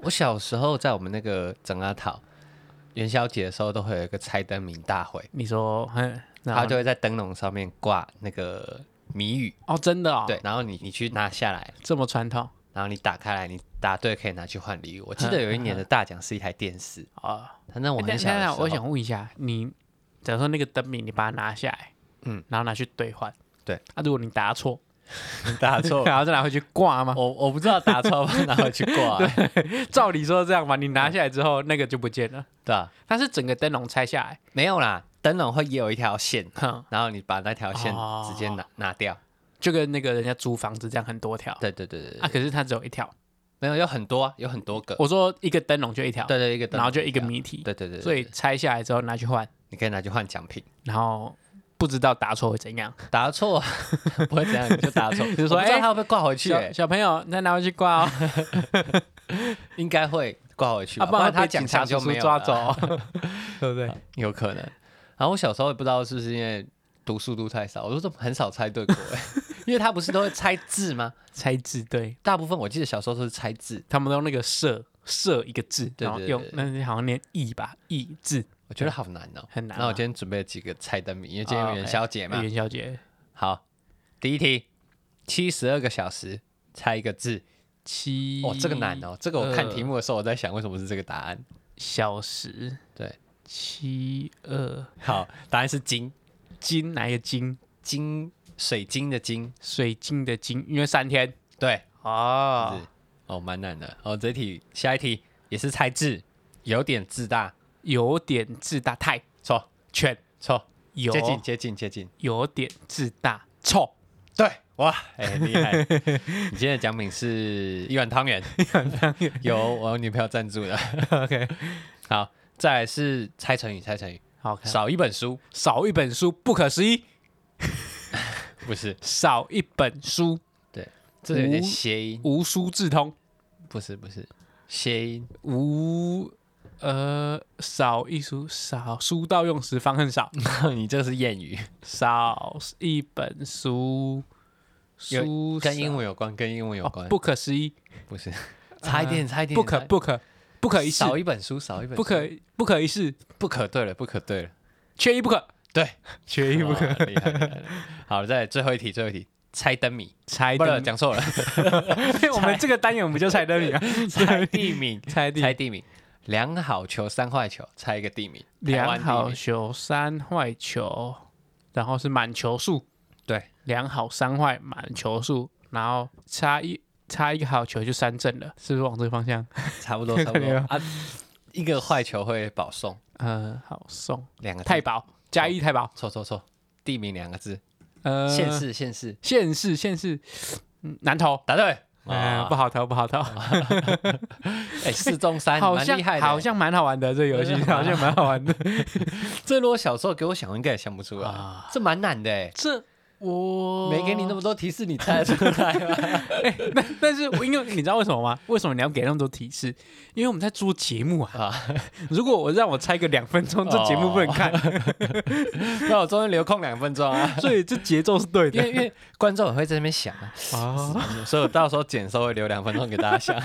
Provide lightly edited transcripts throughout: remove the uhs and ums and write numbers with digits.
我小时候在我们那个整阿讨元宵节的时候，都会有一个猜灯谜大会。 你说， 他就会在灯笼上面挂那个谜语。 哦，真的哦， 对，然后你去拿下来， 这么传统然后你打开来，你答对可以拿去换礼物。我记得有一年的大奖是一台电视。 啊。 反正我很小的时候， 我想问一下，你假如说那个灯谜，你把它拿下来，然后拿去兑换， 对， 如果你答错， 答错， 然后再拿回去挂吗？ 我不知道答错拿回去挂。 对，照理说这样吧，你拿下来之后，那个就不见了。 对啊， 但是整个灯笼拆下来， 没有啦，灯笼会也有一条线， 哼， 然后你把那条线直接拿掉。 就跟那个人家租房子这样很多条。 对啊，可是它只有一条。 没有，有很多啊，有很多个。 我说一个灯笼就一条， 对，一个灯笼， 然后就一个谜题。 对， 所以拆下来之后拿去换， 你可以拿去换奖品。 然后不知道答错会怎样。 答错不会怎样，你就答错， 就是说， 我不知道他会不会挂回去。 小朋友，你再拿回去挂哦。 应该会挂回去吧， 不然他被警察就没有抓走，对不对？ 有可能。然后我小时候也不知道是不是因为读速度太少，我都很少猜对过。因为他不是都会猜字吗？ 猜字，对， 大部分我记得小时候都是猜字， 他们都用那个设一个字，然后用那好像念义吧，义字， 我觉得好难哦， 很难。 那我今天准备了几个猜灯谜，因为今天元宵节嘛。 元宵节， 好，第一题，72个小时猜一个字。这个难哦，这个我看题目的时候我在想为什么是这个答案。 小时， 对 ，72， 好，答案是金。 金哪一个金？ 金，水晶的晶， 水晶的晶，因为3天。 对， 哦， 蛮难的。这一题，下一题也是猜字，有点自大， 有点自大，太错， 犬错， 有接近， 有点自大，臭， 对，哇，厉害！你今天的奖品是一碗汤圆，由我女朋友赞助的。 OK， 好，再来是猜成语， 好看， 少一本书， 不可思议。 不是， 少一本书， 对，这有点谐音， 无书自通， 不是谐音， 少一书，少书到用时方恨少。 你这是谚语， 少一本书， 跟英文有关， 不可思议， 不是，差一点， 不可一世， 少一本书， 不可一世， 不可，对了， 缺一不可， 对， 缺一不可， 厉害。好，再来最后一题，猜灯谜， 猜灯谜， 讲错了。 我们这个单元不就猜灯谜啊？ 猜地名， 猜地名。 两好球三坏球，猜一个地名。 两好球三坏球，然后是满球数。 对， 两好三坏满球数，然后差一个好球就3正了，是不是往这个方向？ 差不多啊。一个坏球会保送。 好送 2个字太保加一太保。 错，地名2个字。县市，南投， 答对。 不好投。 4中3，蛮厉害的， 好像蛮好玩的。这游戏好像蛮好玩的。 这如果小时候给我想，我应该也想不出来。这蛮难的。 这我没给你那么多提示，你猜得出来吗？ 但是因为你知道为什么吗？为什么你要给那么多提示？因为我们在做节目啊。如果让我猜个2分钟，这节目不能看。 那我中间留空2分钟啊。 所以这节奏是对的。 因为观众也会在那边想所以我到时候剪的时候会留2分钟给大家想。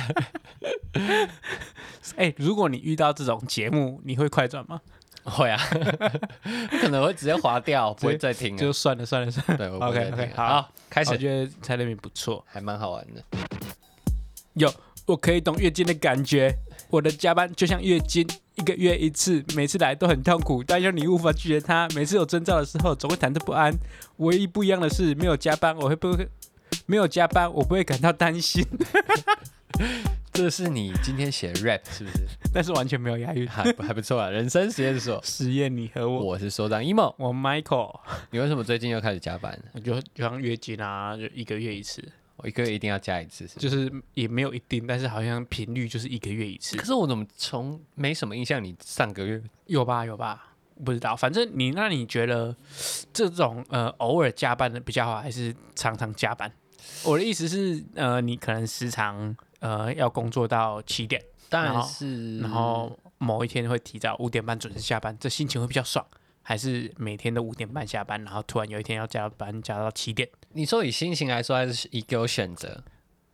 如果你遇到这种节目，你会快转吗？ 会啊，可能会直接划掉，不会再听了， 就算了。 对 ，OK， 好， 开始。 我觉得猜灯谜不错， 还蛮好玩的。 我可以懂月经的感觉，我的加班就像月经，1个月1次，每次来都很痛苦，但又你无法拒绝它。每次有征兆的时候，总会忐忑不安。唯一不一样的是，没有加班，我不会感到担心。 这是你今天写的 rap 是不是？ 但是完全没有押韵， 还不错啊。人生实验所， 实验你和我。 我是所长 emo， 我 Michael。 你为什么最近又开始加班？ 我就像月经啊，就1个月1次。 我1个月一定要加1次， 就是也没有一定，但是好像频率就是1个月1次。 可是我怎么没什么印象？你上个月有吧？不知道，反正你觉得这种偶尔加班的比较好，还是常常加班？我的意思是你可能时常要工作到7点， 当然是， 然后某一天会提早5点半准时下班，这心情会比较爽。还是每天都5点半下班，然后突然有一天要加班加到7点？ 你说以心情来说，还是给我选择？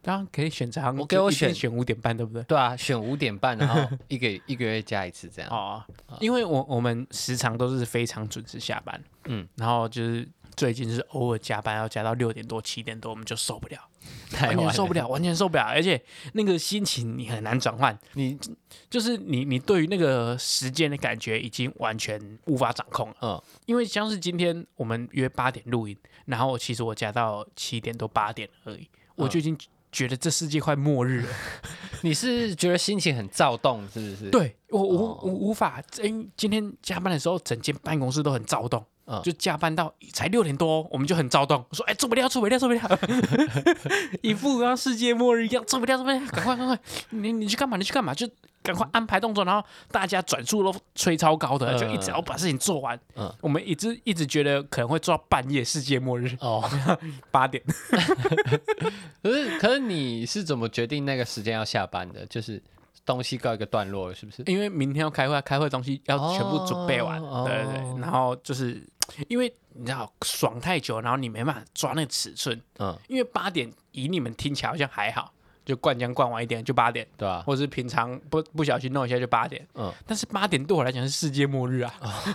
刚刚可以选择， 我给我选 5:30，对不对？ 对啊，选5:30，然后一个月加一次这样。 哦，因为我们时常都是非常准时下班，然后就是最近是偶尔加班要加到6点多7点多，我们就受不了，完全受不了，完全受不了，而且那个心情你很难转换，你对于那个时间的感觉已经完全无法掌控了。因为像是今天我们约8点录音，然后其实我加到7点多8点而已，我就已经觉得这世界快末日了。 你是觉得心情很躁动，是不是？ 对，我无法，今天加班的时候，整间办公室都很躁动。就加班到才6点多，我们就很躁动，说做不了，一副像世界末日一样，做不了，赶快，你去干嘛？就赶快安排动作，然后大家转速都吹超高的，就一直要把事情做完。我们一直觉得可能会做到半夜世界末日8点。 可是你是怎么决定那个时间要下班的？就是东西告一个段落，是不是？ 因为明天要开会，开会东西要全部准备完，对，然后就是因为你知道爽太久，然后你没办法抓那个尺寸，因为8点以你们听起来好像还好，就灌浆灌完一点就8点， 对啊， 或者是平常不小心弄一下就8点，但是8点对我来讲是世界末日啊，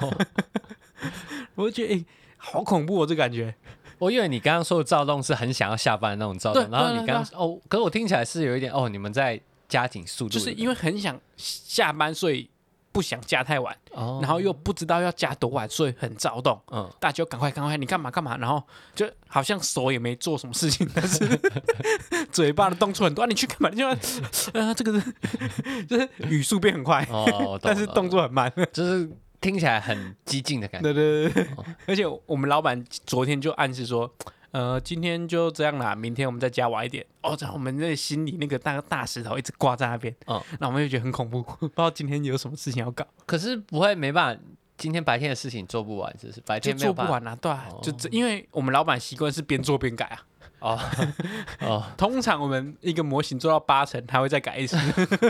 我就觉得好恐怖这感觉。 我以为你刚刚说的躁动是很想要下班的那种躁动，然后你刚刚可是我听起来是有一点你们在加紧速度， 就是因为很想下班，所以不想加太晚，然后又不知道要加多晚，所以很躁动。大家就赶快，你干嘛？然后就好像手也没做什么事情，但是嘴巴的动作很多。你去干嘛？这个就是语速变很快，但是动作很慢， 就是听起来很激进的感觉。 对，而且我们老板昨天就暗示说。今天就这样啦，明天我们再加晚一点。然后我们那心里那个大石头一直挂在那边，那我们就觉得很恐怖，不知道今天有什么事情要搞。 可是不会没办法，今天白天的事情做不完，是不是？白天就做不完啊，对啊，就因为我们老板习惯是边做边改啊。通常我们一个模型做到80%，他会再改一次。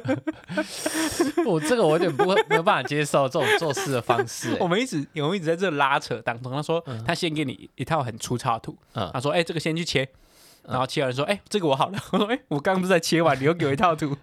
这个我有点没有办法接受这种做事的方式。 我们一直在这拉扯当中，他说他先给你一套很粗糙的图，他说这个先去切，然后切完说这个我好了，我说我刚刚不是才切完，你又给我一套图。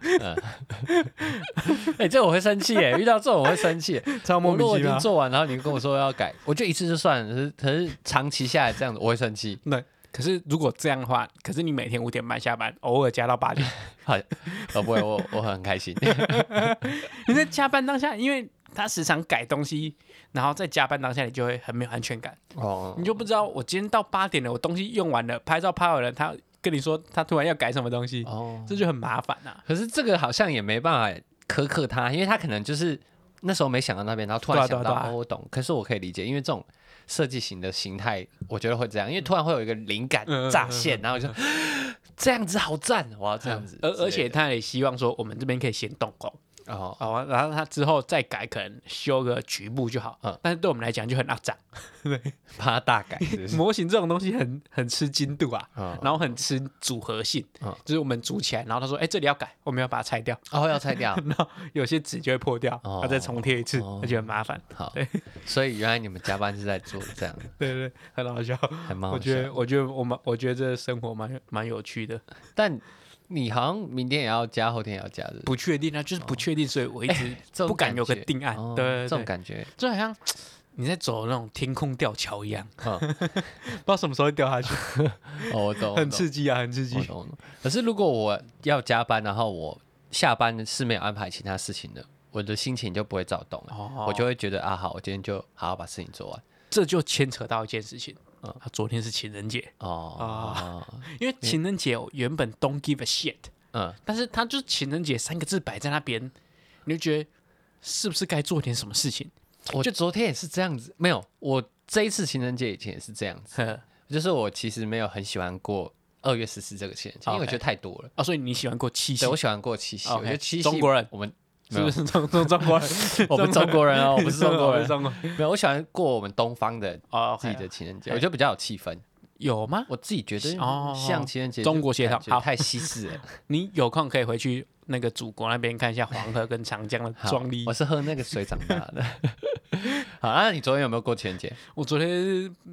这我会生气遇到这种我会生气， 超莫名其妙。 我已经做完，然后你跟我说要改，我就一次就算了，可是长期下来这样子我会生气。 对。可是如果这样的话，可是你每天5点半下班，偶尔加到8点， 不会，我很开心。 你在加班当下，因为他时常改东西，然后在加班当下，你就会很没有安全感。你就不知道我今天到8点了，我东西用完了，拍照拍完了，他跟你说他突然要改什么东西，这就很麻烦啊。 可是这个好像也没办法苛刻他，因为他可能就是那时候没想到那边，然后突然想到，我懂。可是我可以理解，因为这种设计型的形态，我觉得会这样，因为突然会有一个灵感乍现，然后就这样子好赞，我要这样子。 而且他也希望说，我们这边可以先动工。然后他之后再改，可能修个局部就好。但是对我们来讲就很阿杂， 对，怕他大改是不是。 模型这种东西很吃精度啊，然后很吃组合性。就是我们组起来，然后他说：“这里要改，我们要把它拆掉。” 要拆掉。 然后有些纸就会破掉，要再重贴一次，那就很麻烦。 好，所以原来你们加班是在做这样的。 对，很好笑， 还蛮好笑。 我觉得这生活蛮有趣的， 但。你好像明天也要加，后天也要加的， 不确定啊，就是不确定，所以我一直不敢有个定案。对， 这种感觉就好像你在走那种天空吊桥一样，不知道什么时候会掉下去。 我懂， 很刺激啊，很刺激。 可是如果我要加班，然后我下班是没有安排其他事情的，我的心情就不会躁动了，我就会觉得好，我今天就好好把事情做完。 这就牵扯到一件事情。昨天是情人节因为情人节原本 don't give a shit，但是他就是情人节3个字摆在那边，你就觉得是不是该做点什么事情？ 我就昨天也是这样子，没有，我这一次情人节以前也是这样子，就是我其实没有很喜欢过2月14这个情人节，因为我觉得太多了。 所以你喜欢过七夕？ 对，我喜欢过七夕，我觉得七夕中国人我们。 是不是中国人？ 我不是中国人我不是中国人。没有，我喜欢过我们东方的自己的情人节，我觉得比较有气氛。 有吗？ 我自己觉得像情人节中国协调太西式了。 你有空可以回去那个祖国那边看一下黄河跟长江的壮丽。 我是喝那个水长大的。好，那你昨天有没有过情人节？ 我昨天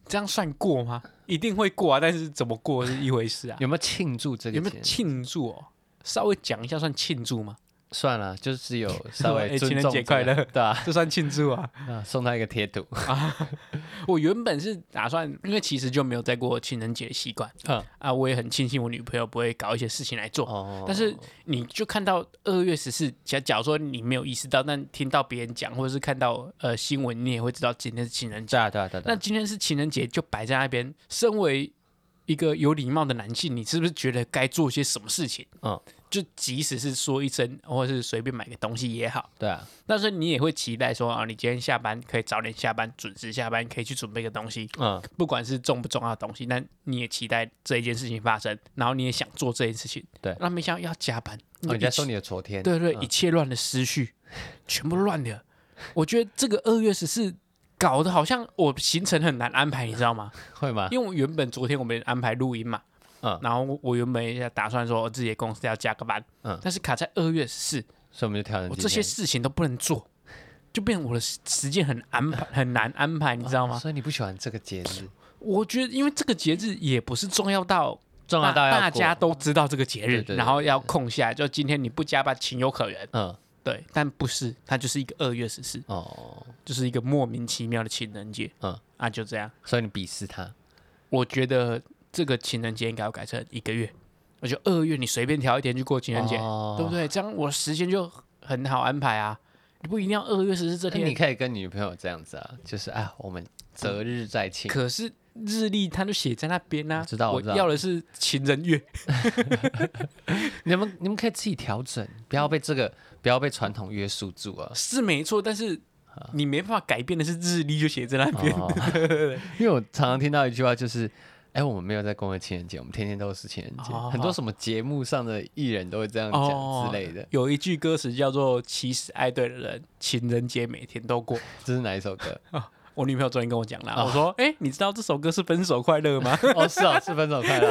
这样算过吗？一定会过啊，但是怎么过是一回事啊。 有没有庆祝这个？ 有没有庆祝哦？稍微讲一下，算庆祝吗？ 算了，就是只有稍微尊重、 情人节快乐， 对啊， 这算庆祝啊！ 送他一个贴图啊。我原本是打算，因为其实就没有在过情人节的习惯，我也很庆幸我女朋友不会搞一些事情来做。但是你就看到2月14，假如说你没有意识到，但听到别人讲，或者是看到新闻，你也会知道今天是情人节。 对。 那今天是情人节，就摆在那边。身为一个有礼貌的男性，你是不是觉得该做些什么事情？就即使是说一声，或者是随便买个东西也好， 对啊。 但是你也会期待说你今天下班可以早点下班，准时下班，可以去准备个东西，不管是重不重要的东西，但你也期待这一件事情发生，然后你也想做这件事情， 对。 那没想到要加班， 你在说你的昨天， 对，一切乱的思绪，全部乱了。我觉得这个2月14搞得好像我行程很难安排，你知道吗？ 会吗？ 因为原本昨天我们安排录音嘛。然后我原本打算说我自己的公司要加个班，但是卡在2月14，所以我们就调整。 我这些事情都不能做，就变成我的时间很难安排，你知道吗？ 所以你不喜欢这个节日？ 我觉得，因为这个节日也不是重要到大家都知道这个节日，然后要空下来，就今天你不加班情有可原。对，但不是，它就是一个2月14，就是一个莫名其妙的情人节。就这样。 所以你鄙视他？ 我觉得。这个情人节应该要改成1个月，我觉得2月你随便挑一天去过情人节，对不对？这样我时间就很好安排啊，你不一定要2月14这天。 你可以跟女朋友这样子啊，就是我们择日再庆。 可是日历它就写在那边啊， 知道我要的是情人月。 你们可以自己调整，不要被传统约束住啊。 是没错，但是你没办法改变的是日历就写在那边。 因为我常常听到一句话就是。我们没有在公共情人节，我们天天都是情人节。很多什么节目上的艺人都会这样讲之类的。 有一句歌词叫做“其实爱对的人，情人节每天都过”。 这是哪一首歌？ 我女朋友昨天跟我讲了，我说：“你知道这首歌是《分手快乐》吗？” 是分手快乐，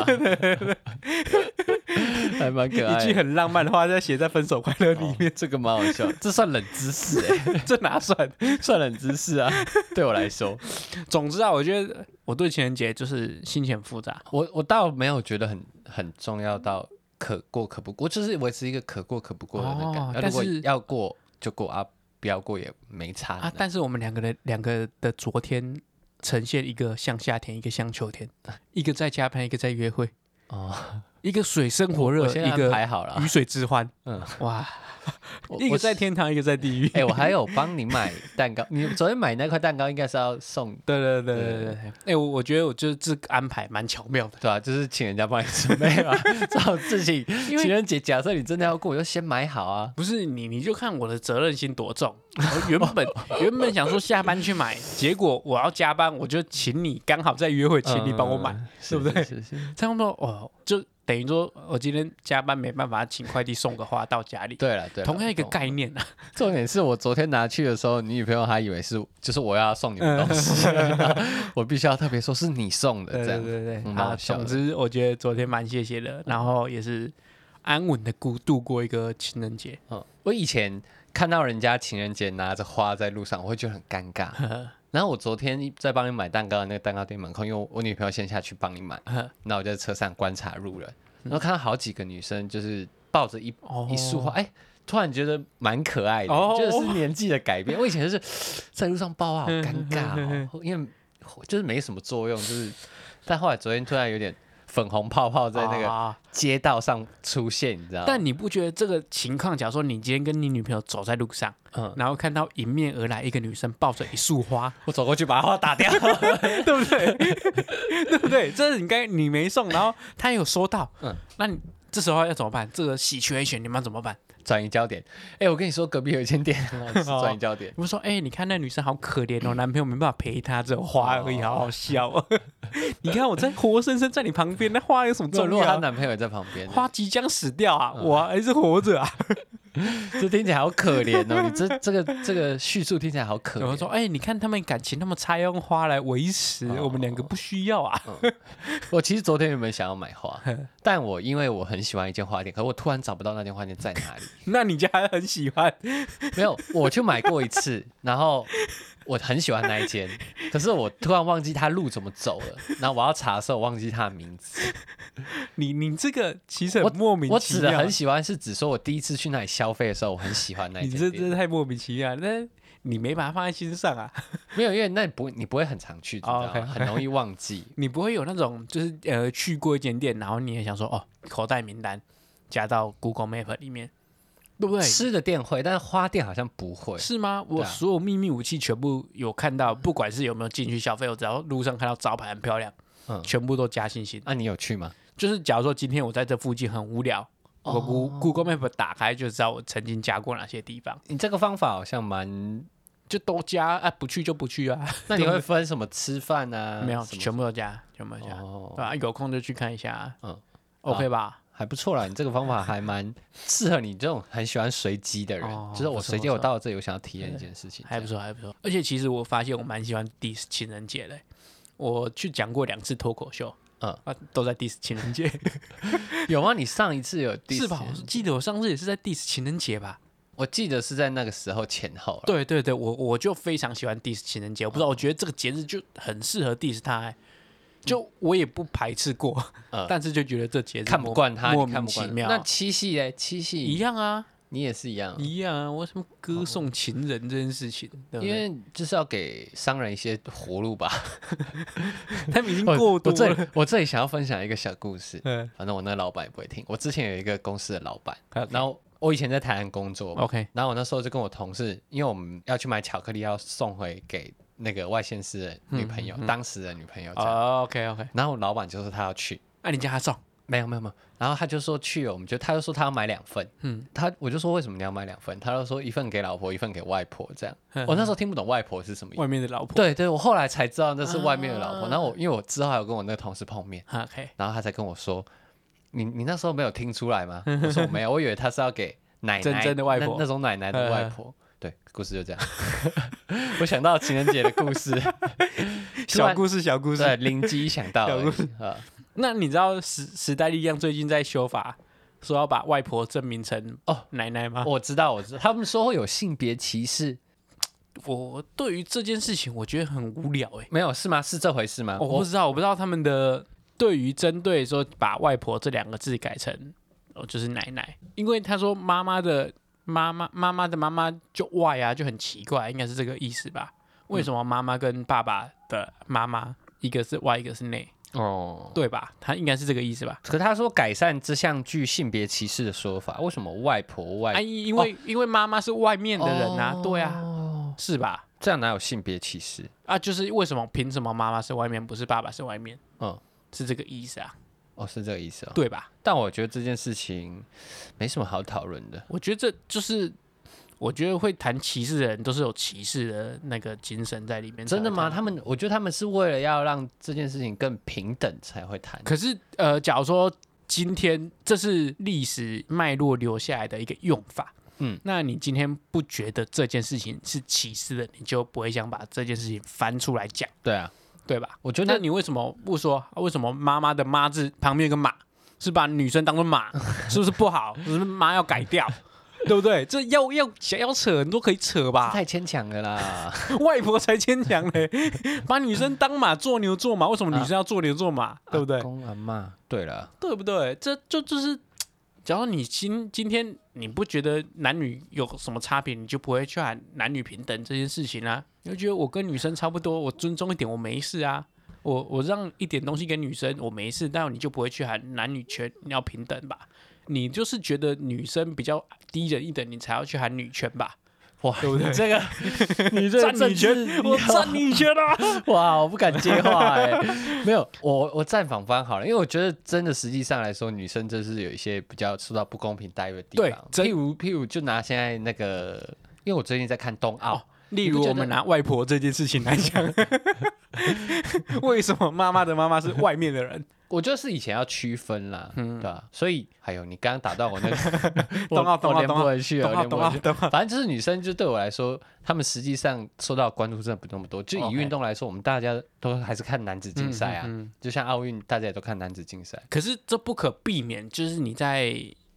还蛮可爱的。 一句很浪漫的话，在写在《分手快乐》里面， 这个蛮好笑。这算冷知识这哪算冷知识啊？对我来说， 总之啊，我觉得我对情人节就是心情很复杂。 我倒没有觉得很重要到可过可不过，就是维持一个可过可不过的那感觉。如果要过就过啊。不要过也没差啊， 但是我们两个的昨天呈现一个像夏天，一个像秋天，一个在加班，一个在约会，一个水深火热，一个鱼水之欢，哇，一个在天堂，一个在地狱。 我还有帮你买蛋糕，你昨天买那块蛋糕应该是要送， 对，我觉得我就是这个安排蛮巧妙的， 对吧？就是请人家帮你准备嘛，这种事情，情人节假设你真的要过，我就先买好啊。 不是你就看我的责任心多重。我原本想说下班去买，结果我要加班，我就请你刚好在约会，请你帮我买，对不对？这样说就等于说我今天加班没办法请快递送个花到家里。 对了， 同样一个概念啊。 重点是我昨天拿去的时候，你女朋友还以为就是我要送你们东西，我必须要特别说是你送的，这样对。总之我觉得昨天蛮谢谢的，然后也是安稳的度过一个情人节。 我以前看到人家情人节拿着花在路上，我会觉得很尴尬。然后我昨天在帮你买蛋糕的那个蛋糕店门口，因为我女朋友先下去帮你买，那我就在车上观察路人，然后看到好几个女生就是抱着一束花，突然觉得蛮可爱的，就是年纪的改变。我以前就是在路上抱好尴尬因为就是没什么作用，但后来昨天突然有点粉红泡泡在那个街道上出现，你知道吗？ 但你不觉得这个情况，假如说你今天跟你女朋友走在路上，然后看到迎面而来一个女生抱着一束花， 我走过去把花打掉， 对不对？对不对？这是你没送，然后她有收到，那你这时候要怎么办？这个situation你们要怎么办？ 转移焦点。我跟你说，隔壁有一间店很好吃，转移焦点。 我说，你看那女生好可怜哦，男朋友没办法陪她，只有花而已，好好笑哦。你看我在活生生在你旁边，那花有什么重要？ 如果她男朋友也在旁边， 花即将死掉啊，我还是活着啊。 这听起来好可怜哦！你这个叙述听起来好可怜。 我说，你看他们感情那么差，用花来维持，我们两个不需要啊。 我其实昨天原本想要买花，但因为我很喜欢一间花店，可是我突然找不到那间花店在哪里。 那你家还很喜欢？ 没有，我就买过一次，然后我很喜欢那一间，可是我突然忘记他路怎么走了，然后我要查的时候我忘记他的名字。 你这个其实很莫名其妙。 我指的很喜欢是指说我第一次去那里消费的时候，我很喜欢那一间店。 你这真的太莫名其妙，那你没把它放在心上啊？ 没有，因为那你不会很常去，很容易忘记。 你不会有那种就是去过一间店，然后你也想说哦，口袋名单加到 Google Map 里面。对不对？ 吃的店会，但是花店好像不会， 是吗？我所有秘密武器全部有看到，不管是有没有进去消费，我只要路上看到招牌很漂亮，全部都加星星。 那你有去吗？ 就是假如说今天我在这附近很无聊，我 Google Map 打开就知道我曾经加过哪些地方。 你这个方法好像蛮就都加啊，不去就不去啊。 那你会分什么吃饭啊？ 没有，全部都加，全部都加。对吧？有空就去看一下。OK 吧？ 还不错啦，你这个方法还蛮适合你这种很喜欢随机的人，就是我随机我到了这里，我想要体验一件事情， 还不错，还不错。而且其实我发现我蛮喜欢 diss 情人节的，我去讲过2次脱口秀，都在 diss 情人节。 有吗？你上一次有 diss 是吧？我记得我上次也是在 diss 情人节吧？ 我记得是在那个时候前后。 对对对，我就非常喜欢 diss 情人节，我不知道，我觉得这个节日就很适合 diss 它。就我也不排斥过，但是就觉得这节日看不惯他， 莫名其妙。 那七夕嘞？七夕一样啊， 你也是一样， 一样啊。为什么歌颂情人这件事情？因为就是要给商人一些活路吧。 他们已经过多了。 我这里想要分享一个小故事，反正我那个老板也不会听。我之前有一个公司的老板，然后我以前在台湾工作 ，OK， 然后我那时候就跟我同事，因为我们要去买巧克力，要送回给那个外县市的女朋友，当时的女朋友。 OK， 然后我老板就说他要去， 那你叫他送？ 没有，然后他就说去了，他就说他要买2份，我就说为什么你要买2份？他就说1份给老婆，1份给外婆，这样。我那时候听不懂外婆是什么意思， 外面的老婆。 对，我后来才知道那是外面的老婆。然后因为我之后还有跟我那个同事碰面，然后他才跟我说，你那时候没有听出来吗？我说我没有，我以为他是要给奶奶真正的外婆， 那种奶奶的外婆。对，故事就这样。我想到情人节的故事， 小故事， 对，灵机想到而已。 那你知道时代力量最近在修法，说要把外婆证明成奶奶吗？ 我知道，他们说会有性别歧视。 我对于这件事情，我觉得很无聊没有是吗？是这回事吗？ 我不知道他们的对于针对说把外婆这2个字改成就是奶奶，因为他说妈妈的妈妈就外啊，就很奇怪，应该是这个意思吧？为什么妈妈跟爸爸的妈妈一个是外，一个是内？对吧？他应该是这个意思吧？ 可他说改善这项具性别歧视的说法，为什么外婆外？ 因为妈妈是外面的人啊，对啊，是吧？ 这样哪有性别歧视啊？就是为什么凭什么妈妈是外面，不是爸爸是外面？是这个意思啊？ 是这个意思对吧？ 但我觉得这件事情没什么好讨论的。 我觉得这就是。我觉得会谈歧视的人都是有歧视的那个精神在里面。 真的吗？我觉得他们是为了要让这件事情更平等才会谈。 可是假如说今天这是历史脉络留下来的一个用法，那你今天不觉得这件事情是歧视的，你就不会想把这件事情翻出来讲。 对啊， 对吧？ 我觉得那你为什么不说？为什么妈妈的妈字旁边有个马，是把女生当做马，是不是不好？是不是妈要改掉？对不对？这想要扯，你都可以扯吧？ 太牵强了啦！ 外婆才牵强嘞，把女生当马，做牛做马，为什么女生要做牛做马？对不对？ 公阿嬷，对了， 对不对？这就是，假如你今天你不觉得男女有什么差别，你就不会去喊男女平等这件事情啊。你就觉得我跟女生差不多，我尊重一点，我没事啊。我让一点东西给女生，我没事，但你就不会去喊男女权要平等吧？你就是觉得女生比较低人一等，你才要去喊女权吧？ 哇， 对不对？ 你这个占女权，我占女权啊！ 哇，我不敢接话没有，我站反方好了，因为我觉得真的实际上来说，女生真是有一些比较受到不公平待遇的地方。譬如就拿现在那个，因为我最近在看冬奥。 例如我们拿外婆这件事情来讲，为什么妈妈的妈妈是外面的人？ 我觉得是以前要区分啦，对吧？所以还有你刚刚打断我那个， 我连不回去了， 反正就是女生，就对我来说，她们实际上受到的关注真的不那么多。就以运动来说，我们大家都还是看男子竞赛啊，就像奥运，大家也都看男子竞赛。 可是这不可避免，就是你在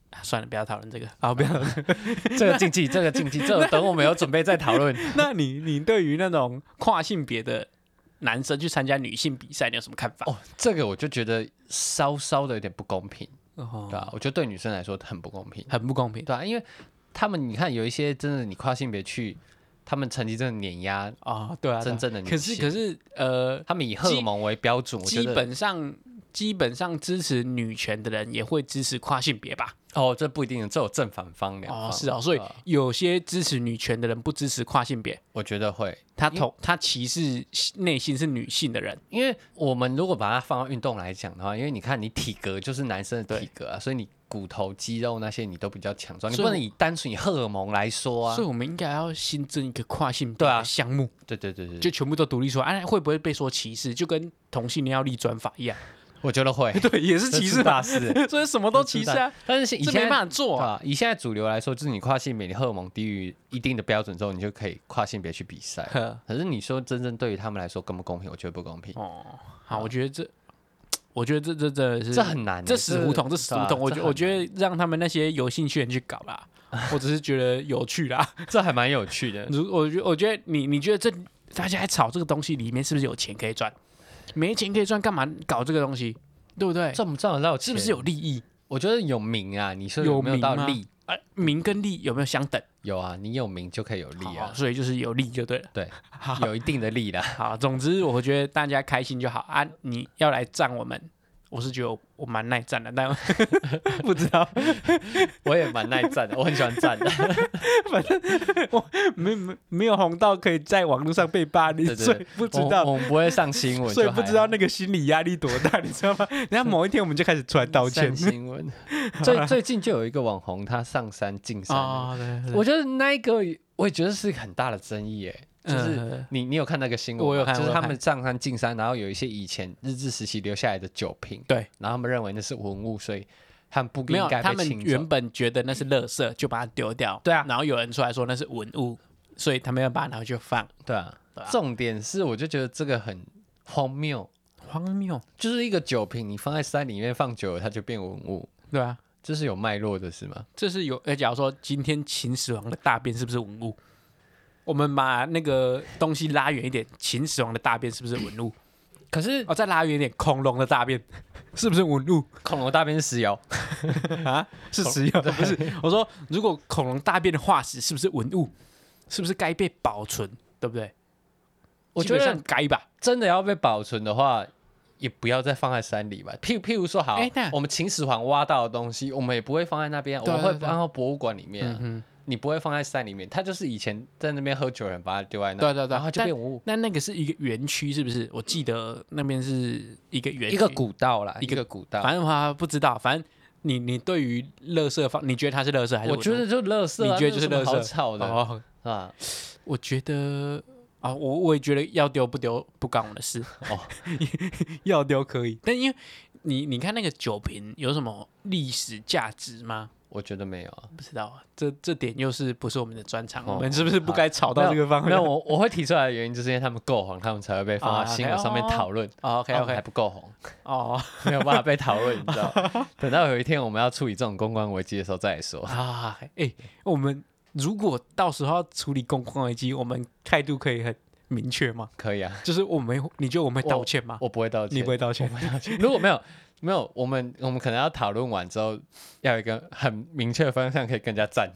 算了，不要讨论这个啊，不要讨论这个禁忌，这个禁忌，这个等我们有准备再讨论。 那你对于那种跨性别的男生去参加女性比赛，你有什么看法？ 哦，这个我就觉得稍稍的有点不公平， 哦， 对啊，我觉得对女生来说很不公平， 很不公平， 对啊，因为他们你看有一些真的你跨性别去，他们成绩真的碾压啊，对啊， 真正的女性。 可是他们以荷尔蒙为标准，我觉得基本上支持女权的人也会支持跨性别吧？ 哦，这不一定，这有正反方两方。 是哦，所以有些支持女权的人不支持跨性别， 我觉得会， 他歧视内心是女性的人， 因为我们如果把它放到运动来讲的话，因为你看你体格就是男生的体格啊，所以你骨头、肌肉那些你都比较强壮，你不能单纯以荷尔蒙来说啊。 所以我们应该要新增一个跨性别的项目， 对， 就全部都独立出来，会不会被说歧视？就跟同性恋要立专法一样。 我觉得会， 对，也是歧视大事， 所以什么都歧视啊。 但是以前没办法做啊。 以现在主流来说，就是你跨性别，你荷尔蒙低于一定的标准之后，你就可以跨性别去比赛。可是你说真正对于他们来说公不公平？我觉得不公平。 哦，好，我觉得这真的是这很难， 这死胡同，这死胡同。我觉得让他们那些有兴趣的人去搞啦，我只是觉得有趣啦， 这还蛮有趣的。 我觉得你觉得大家还炒这个东西里面是不是有钱可以赚？没钱可以赚，干嘛搞这个东西？对不对？ 赚不赚得到钱？ 是不是有利益？ 我觉得有名啊，你说有没有到利？ 名跟利有没有相等？ 有啊，你有名就可以有利啊， 所以就是有利就对了。 对，有一定的利啦。 好，总之我觉得大家开心就好啊。你要来赞我们，我是觉得我蛮耐赞的，但不知道， 我也蛮耐赞的，我很喜欢赞的。 反正我没有红到可以在网络上被霸凌，所以不知道我们不会上新闻， 所以不知道那个心理压力多大，你知道吗？然后某一天我们就开始出来道歉。 新闻最近就有一个网红，他上山进山，我觉得那一个我也觉得是很大的争议耶。就是你有看那个新闻吗？ 我有看， 就是他们上山进山，然后有一些以前日治时期留下来的酒瓶， 对， 然后他们认为那是文物，所以他们不应该被清走。 他们原本觉得那是垃圾，就把它丢掉。 对啊， 然后有人出来说那是文物，所以他们要把它拿回去放。 对啊，重点是我就觉得这个很荒谬，就是一个酒瓶，你放在山里面放久了，它就变文物。 对啊， 这是有脉络的是吗？ 这是有，假如说今天秦始皇的大便是不是文物？我们把那个东西拉远一点，秦始皇的大便是不是文物？ 可是再拉远一点，恐龙的大便是不是文物？ 恐龙大便是石油啊？是石油？不是。我说，如果恐龙大便的化石是不是文物？是不是该被保存？对不对？ 我觉得该吧。 真的要被保存的话，也不要再放在山里吧。譬如说，好，我们秦始皇挖到的东西，我们也不会放在那边，我们会放到博物馆里面。你不会放在山里面，他就是以前在那边喝酒的人把它丢在那， 对， 然后就变文物。 那个是一个园区，是不是？我记得那边是一个园区， 一个古道啦，一个古道。 反正我不知道，反正你对于垃圾放，你觉得它是垃圾还是？ 我觉得就垃圾， 你觉得就是垃圾， 好吵的啊？我觉得啊，我也觉得要丢不丢不关我的事哦，要丢可以，但因为你看那个酒瓶有什么历史价值吗？ 我觉得没有啊， 不知道啊，这点又是不是我们的专长？我们是不是不该吵到这个方面？ 没有，我会提出来的原因就是因为他们够红，他们才会被放在新闻上面讨论。 OK， 还不够红哦， 没有办法被讨论，你知道？等到有一天我们要处理这种公关危机的时候再来说啊。我们如果到时候要处理公关危机，我们态度可以很明确吗？ 可以啊， 就是你觉得我们会道歉吗？ 我不会道歉， 你不会道歉？ 如果没有，我们可能要讨论完之后，要有一个很明确的方向可以跟人家站。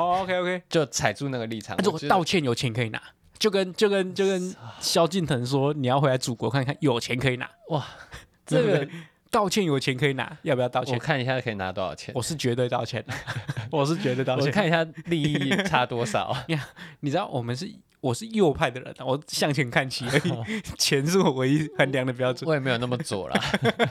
OK， 就踩住那个立场。 如果道歉有钱可以拿，就跟萧敬腾说你要回来祖国看看，有钱可以拿。哇，这个道歉有钱可以拿，要不要道歉？ 我看一下可以拿多少钱。 我是绝对道歉的，我是绝对道歉。 我看一下利益差多少。 你知道我是右派的人，我向前看齐而已，钱是我唯一衡量的标准。 我也没有那么左啦。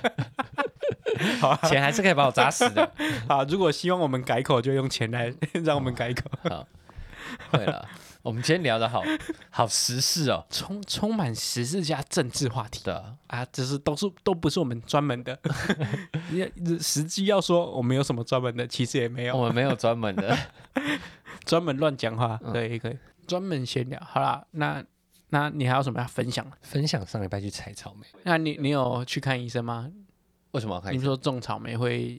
钱还是可以把我砸死的。 好，如果希望我们改口，就用钱来让我们改口。 好，会了。我们今天聊的好时事哦， 充满时事加政治话题的啊，这是都不是我们专门的。实际要说我们有什么专门的，其实也没有。 我们没有专门的， 专门乱讲话，对，可以专门闲聊。好啦，那你还有什么要分享？ 分享上礼拜去采草莓。 那你有去看医生吗？ 为什么要看医生？ 你说种草莓会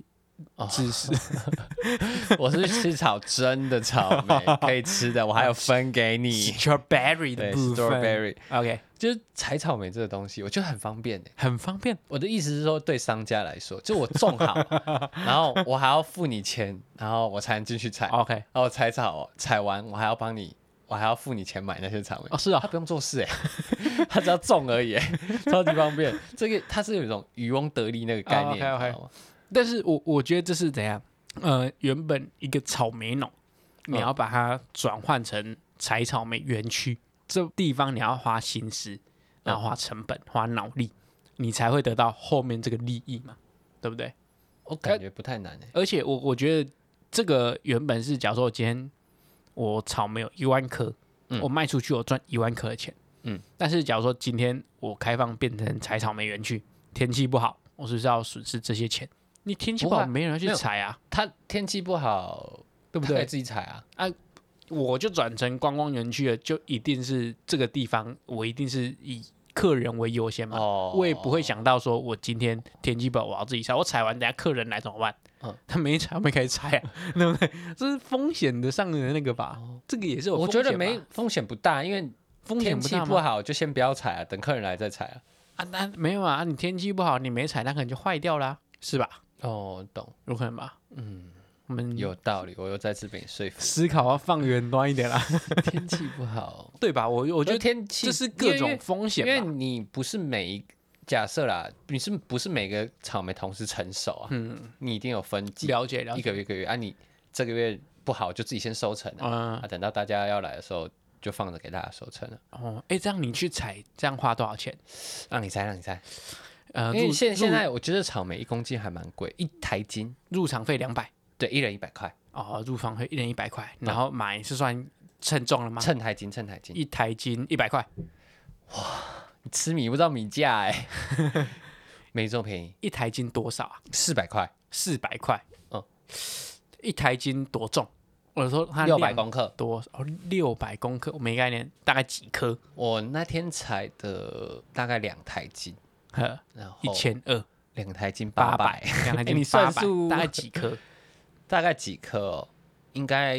知识。 我是去炒真的草莓，可以吃的，我还有分给你。 Strawberry 的部分 ，Strawberry， OK， 就是采草莓这个东西，我觉得很方便很方便。 我的意思是说，对商家来说，就我种好，然后我还要付你钱，然后我才能进去采。 OK， 然后采完，我还要付你钱买那些草莓。 哦，是啊， 他不用做事他只要种而已超级方便。这个它是有一种渔翁得利那个概念。 OK， 但是我觉得这是怎样？原本一个草莓农，你要把它转换成采草莓园区，这地方你要花心思，然后花成本、花脑力，你才会得到后面这个利益嘛，对不对？ 我感觉不太难而且我觉得这个原本是，假如说我今天我草莓有1万颗，我卖出去我赚1万颗的钱，但是假如说今天我开放变成采草莓园区，天气不好，我是不是要损失这些钱？你天气不好，没人要去采啊。 它天气不好， 对不对？ 可以自己采啊。 我就转成观光园区了，就一定是这个地方，我一定是以客人为优先嘛。我也不会想到说我今天天气不好，我要自己采。我采完，等下客人来怎么办？他没采，我们可以采啊，对不对？这是风险的上的那个吧？这个也是有风险吧。 我觉得没风险不大，因为天气不好就先不要采啊，等客人来再采啊。 那没有啊，你天气不好，你没采，那可能就坏掉啦，是吧？ 懂， 有可能吧？我们有道理，我又再次被你说服。 思考要放远端一点啦。 天气不好， 对吧？我觉得天气这是各种风险， 因为你不是假设啦，你不是每个草莓同时成熟啊？你一定有分季， 了解， 一个月啊，你这个月不好就自己先收成啊，等到大家要来的时候就放着给大家收成了。 这样你去采，这样花多少钱？ 让你猜。因为现在我觉得草莓1公斤还蛮贵，1台斤入场费200， 对，1人100块。 入场费1人100块，然后买是算称重了吗？ 称台斤 ，1台斤100块。 哇，你吃米不知道米价没这么便宜。 1台斤多少啊 ？400块。 400块。1台斤多重？我说它 600公克多，600公克，我没概念，大概几颗？ 我那天采的大概2台斤。然后 1200，2 台斤800，2 台斤你算数大概几颗？ 大概几颗应该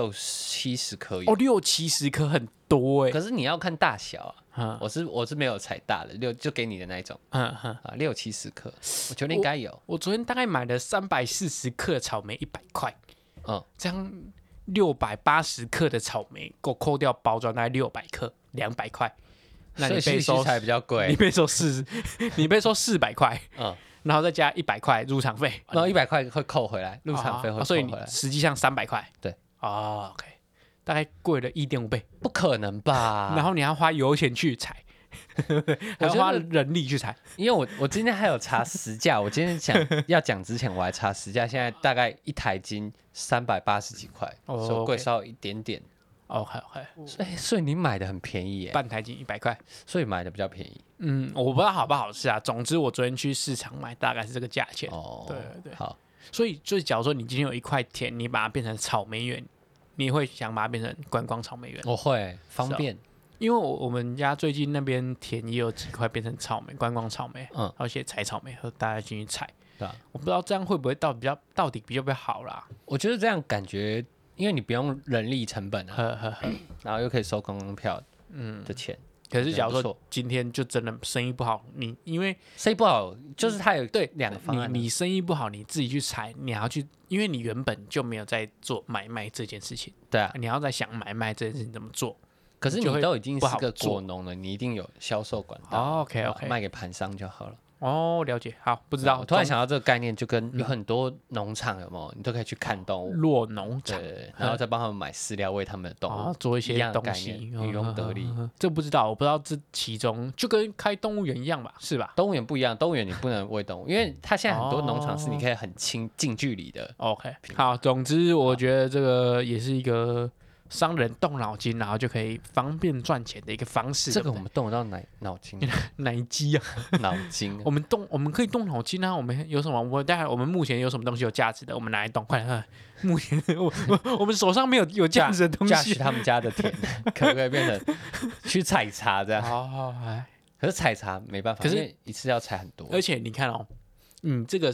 60-70颗有。 60-70颗很多可是你要看大小啊。我是没有采大的，就给你的那一种。60-70颗，我觉得应该有。 我昨天大概买了340克草莓100块，这样680克的草莓，够扣掉包装大概600克200块。那你被收才比较贵， 你被收400块，然后再加100块入场费， 然后100块会扣回来，入场费会扣回来， 所以你实际上300块。 对 ，OK， 大概贵了1.5倍， 不可能吧？ 然后你要花油钱去采，还要花人力去采。 因为我今天还有查实价，我今天要讲之前我还查实价，现在大概1台斤380几块，所以贵稍一点点。 OK， 所以你买的很便宜耶， 半台斤100块， 所以买的比较便宜。 我不知道好不好吃啊。总之我昨天去市场买，大概是这个价钱。对， 好。 所以假如说你今天有一块田，你把它变成草莓园，你会想把它变成观光草莓园？ 我会，方便。 因为我们家最近那边田也有几块变成草莓，观光草莓，而且采草莓和大家进去采。对啊，我不知道这样会不会到底比较好啦。 我觉得这样感觉。因为你不用人力成本然后又可以收观光票的钱。 可是假如说今天就真的生意不好，你因为生意不好，就是它有2个方案。 你生意不好，你自己去采，你还要去，因为你原本就没有在做买卖这件事情。对啊，你要在想买卖这件事情怎么做。 可是你都已经是个果农了，你一定有销售管道。 OK， 卖给盘商就好了。 了解。好，不知道。 我突然想到这个概念，就跟有很多农场有没有，你都可以去看动物。 落农场， 对，然后再帮他们买饲料，喂他们的动物， 做一些东西， 渔翁得利。 这不知道，我不知道这其中就跟开动物园一样吧，是吧？ 动物园不一样，动物园你不能喂动物，因为它现在很多农场是你可以很近距离的。 OK， 好，总之我觉得这个也是一个商人动脑筋，然后就可以方便赚钱的一个方式。 这个我们动得到脑筋？ 哪一机啊？ 脑筋。 我们可以动脑筋啊！我们有什么？我们目前有什么东西有价值的，我们拿来动。快点！目前我们手上没有价值的东西。 驾驶他们家的田，可不可以变成去采茶这样？可是采茶没办法，因为一次要采很多。 而且你看哦，这个是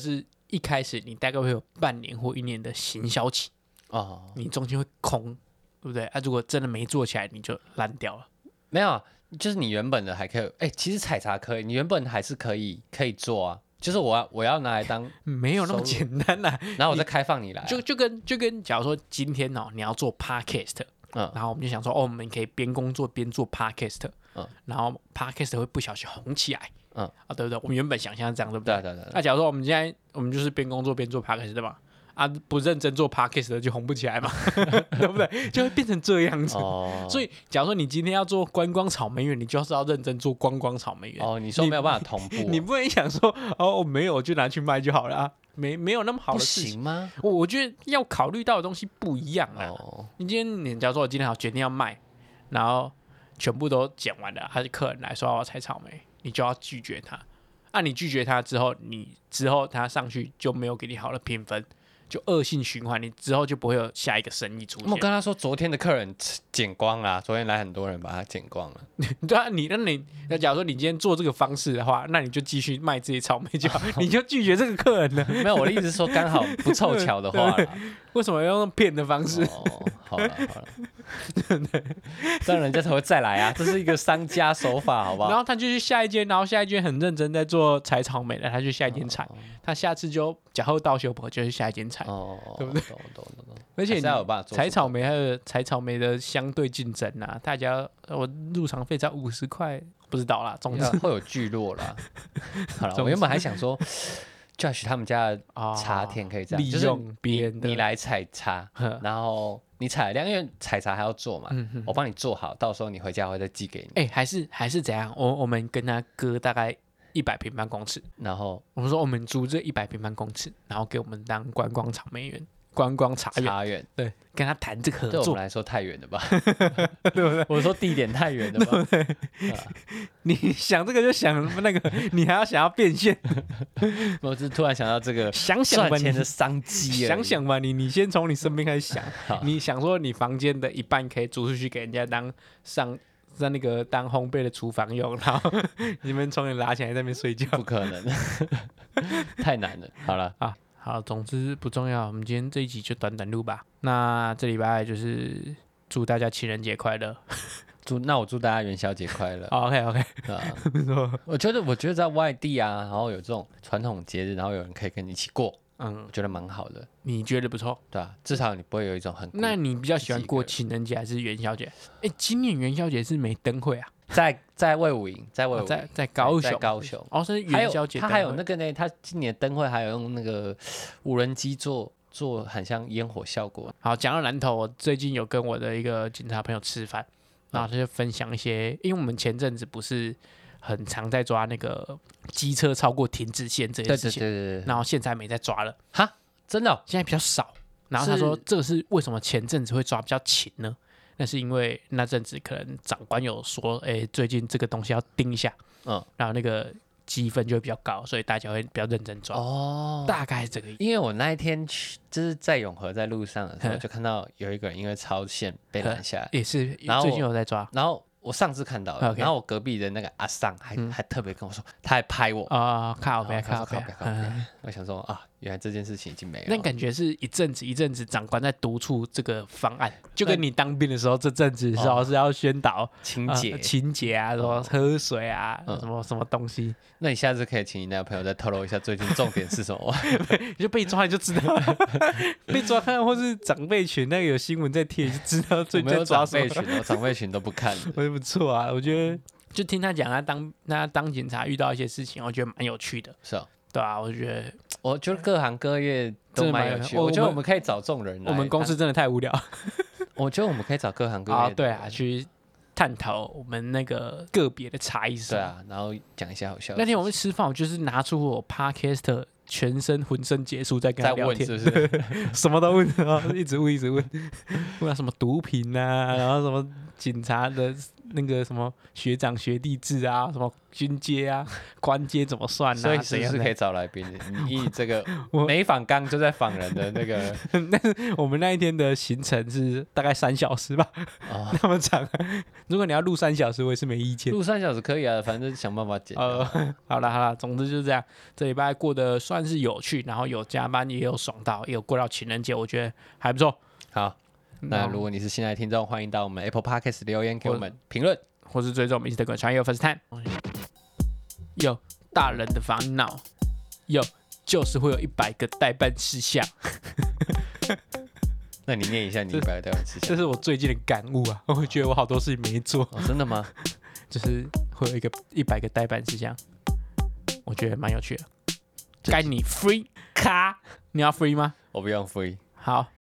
一开始你大概会有半年或1年的行销期，你中间会空，对不对？如果真的没做起来，你就烂掉了。 没有，就是你原本的还可以，其实采茶可以，你原本还是可以做啊。就是我要拿来当没有那么简单啦， 然后我再开放你来， 就跟假如说今天你要做 podcast，然后我们就想说我们可以边工作边做 podcast，然后 podcast 会不小心红起来，对不对？我们原本想象这样，对不对？ 对。 那假如说我们就是边工作边做 podcast 对吧？不认真做 podcast 的就红不起来嘛，对不对？就会变成这样子。所以，假如说你今天要做观光草莓园，你就是要认真做观光草莓园。 你说没有办法同步， 你不能想说没有就拿去卖就好了没有那么好的事情， 不行吗？ 我觉得要考虑到的东西不一样啊。你假如说我今天决定要卖，然后全部都剪完了，客人来说我要采草莓，你就要拒绝他。你拒绝他之后，他上去就没有给你好的评分。就恶性循环，你之后就不会有下一个生意出现。 我跟他说，昨天的客人剪光了，昨天来很多人把它剪光了。 对啊，那假如说你今天做这个方式的话，那你就继续卖自己草莓就好，你就拒绝这个客人了。 没有，我的意思是说，刚好不凑巧的话啦， 为什么要用骗的方式？ 好了，这样人家才会再来啊！这是一个商家手法，好不好？ 然后他就去下一间，然后下一间很认真在做采草莓的，他就下一间采，他下次就假后到修婆就是下一间采，对不对？ 懂。 而且采草莓还有采草莓的相对竞争啊，大家我入场费才50块，不知道啦，总之会有聚落啦。好了，我原本还想说。Josh 他们家的茶田可以这样， 利用别人的， 你来采茶，然后你采量，因为采茶还要做嘛，我帮你做好，到时候你回家会再寄给你。 还是怎样？我们跟他割大概100平方公尺， 然后我们说我们租这100平方公尺，然后给我们当观光草莓园。观光茶园，对，跟他谈这个合作， 对我们来说太远了吧？ 对不对？ 我说地点太远了吧？ 对，你想这个就想那个，你还要想要变现， 我是突然想到这个想赚钱的商机， 想吧，你先从你身边开始想，你想说你房间的一半可以租出去给人家在那个当烘焙的厨房用，然后你们从你拉起来在那边睡觉， 不可能，太难了。好了啊。好，总之不重要，我们今天这一集就短短录吧。那这礼拜就是祝大家情人节快乐， 那我祝大家元宵节快乐。 OK， 不错。我觉得在外地啊，然后有这种传统节日，然后有人可以跟你一起过，我觉得蛮好的。 你觉得不错？ 对啊，至少你不会有一种很…… 那你比较喜欢过情人节还是元宵节？今年元宵节是没灯会啊。 在卫武营，在高雄，是元宵节。 他还有那个呢，他今年灯会还有用那个无人机做很像烟火效果。 好，讲到南投，我最近有跟我的一个警察朋友吃饭，然后他就分享一些，因为我们前阵子不是很常在抓那个机车超过停止线这件事情，对，然后现在没在抓了， 哈，真的现在比较少。然后他说，这个是为什么前阵子会抓比较勤呢？那是因为那阵子可能长官有说，最近这个东西要盯一下，然后那个积分就会比较高，所以大家会比较认真抓。大概是这个意思。 因为我那一天就是在永和在路上的时候，就看到有一个人因为超限被拦下来， 也是最近有在抓。 然后我上次看到了，然后我隔壁的那个阿桑还特别跟我说，他还拍我靠北。 我想说原来这件事情已经没有。 那感觉是一阵子长官在督促这个方案，就跟你当兵的时候这阵子是要宣导清洁啊，什么喝水啊，什么东西。 那你下次可以请你那个朋友再透露一下最近重点是什么？ 你就被抓你就知道，被抓看或是长辈群那个有新闻在贴，就知道最近在抓什么。 我长辈群都不看。 我觉得不错啊，我觉得就听他讲他当警察遇到一些事情，我觉得蛮有趣的。 是啊， 对啊，我觉得各行各业都蛮有趣的。我觉得我们可以找这种人来。 我们公司真的太无聊。 我觉得我们可以找各行各业对啊，去探讨我们那个个别的差异是什么。 对啊，然后讲一些好笑的。 那天我们吃饭，我就是拿出我 Podcast 全身浑身解数在跟他聊天， 是不是？ 什么都问，然后一直问，问他什么毒品啊，然后什么警察的那个什么学长学弟制啊，什么军阶啊、官阶怎么算啊？ 所以是不是可以找来宾？你以这个没访纲就在访人的那个， 但是我们那一天的行程是大概3小时吧，那么长。如果你要录3小时，我也是没意见。 录3小时可以啊，反正想办法剪。 好啦，总之就是这样。这礼拜过得算是有趣，然后有加班，也有爽到，也有过到情人节，我觉得还不错。 好，那如果你是新来的听众，欢迎到我们 Apple Podcast 留言给我们评论， 或是追踪我们 Instagram 传阅 First Time。有大人的烦恼，就是会有100个代办事项。 那你念一下你100个代办事项。 这是我最近的感悟啊！我觉得我好多事情没做。 真的吗？ 就是会有100个代办事项，我觉得蛮有趣的。该你 free 卡，你要 free 吗？ 我不用 free。 好。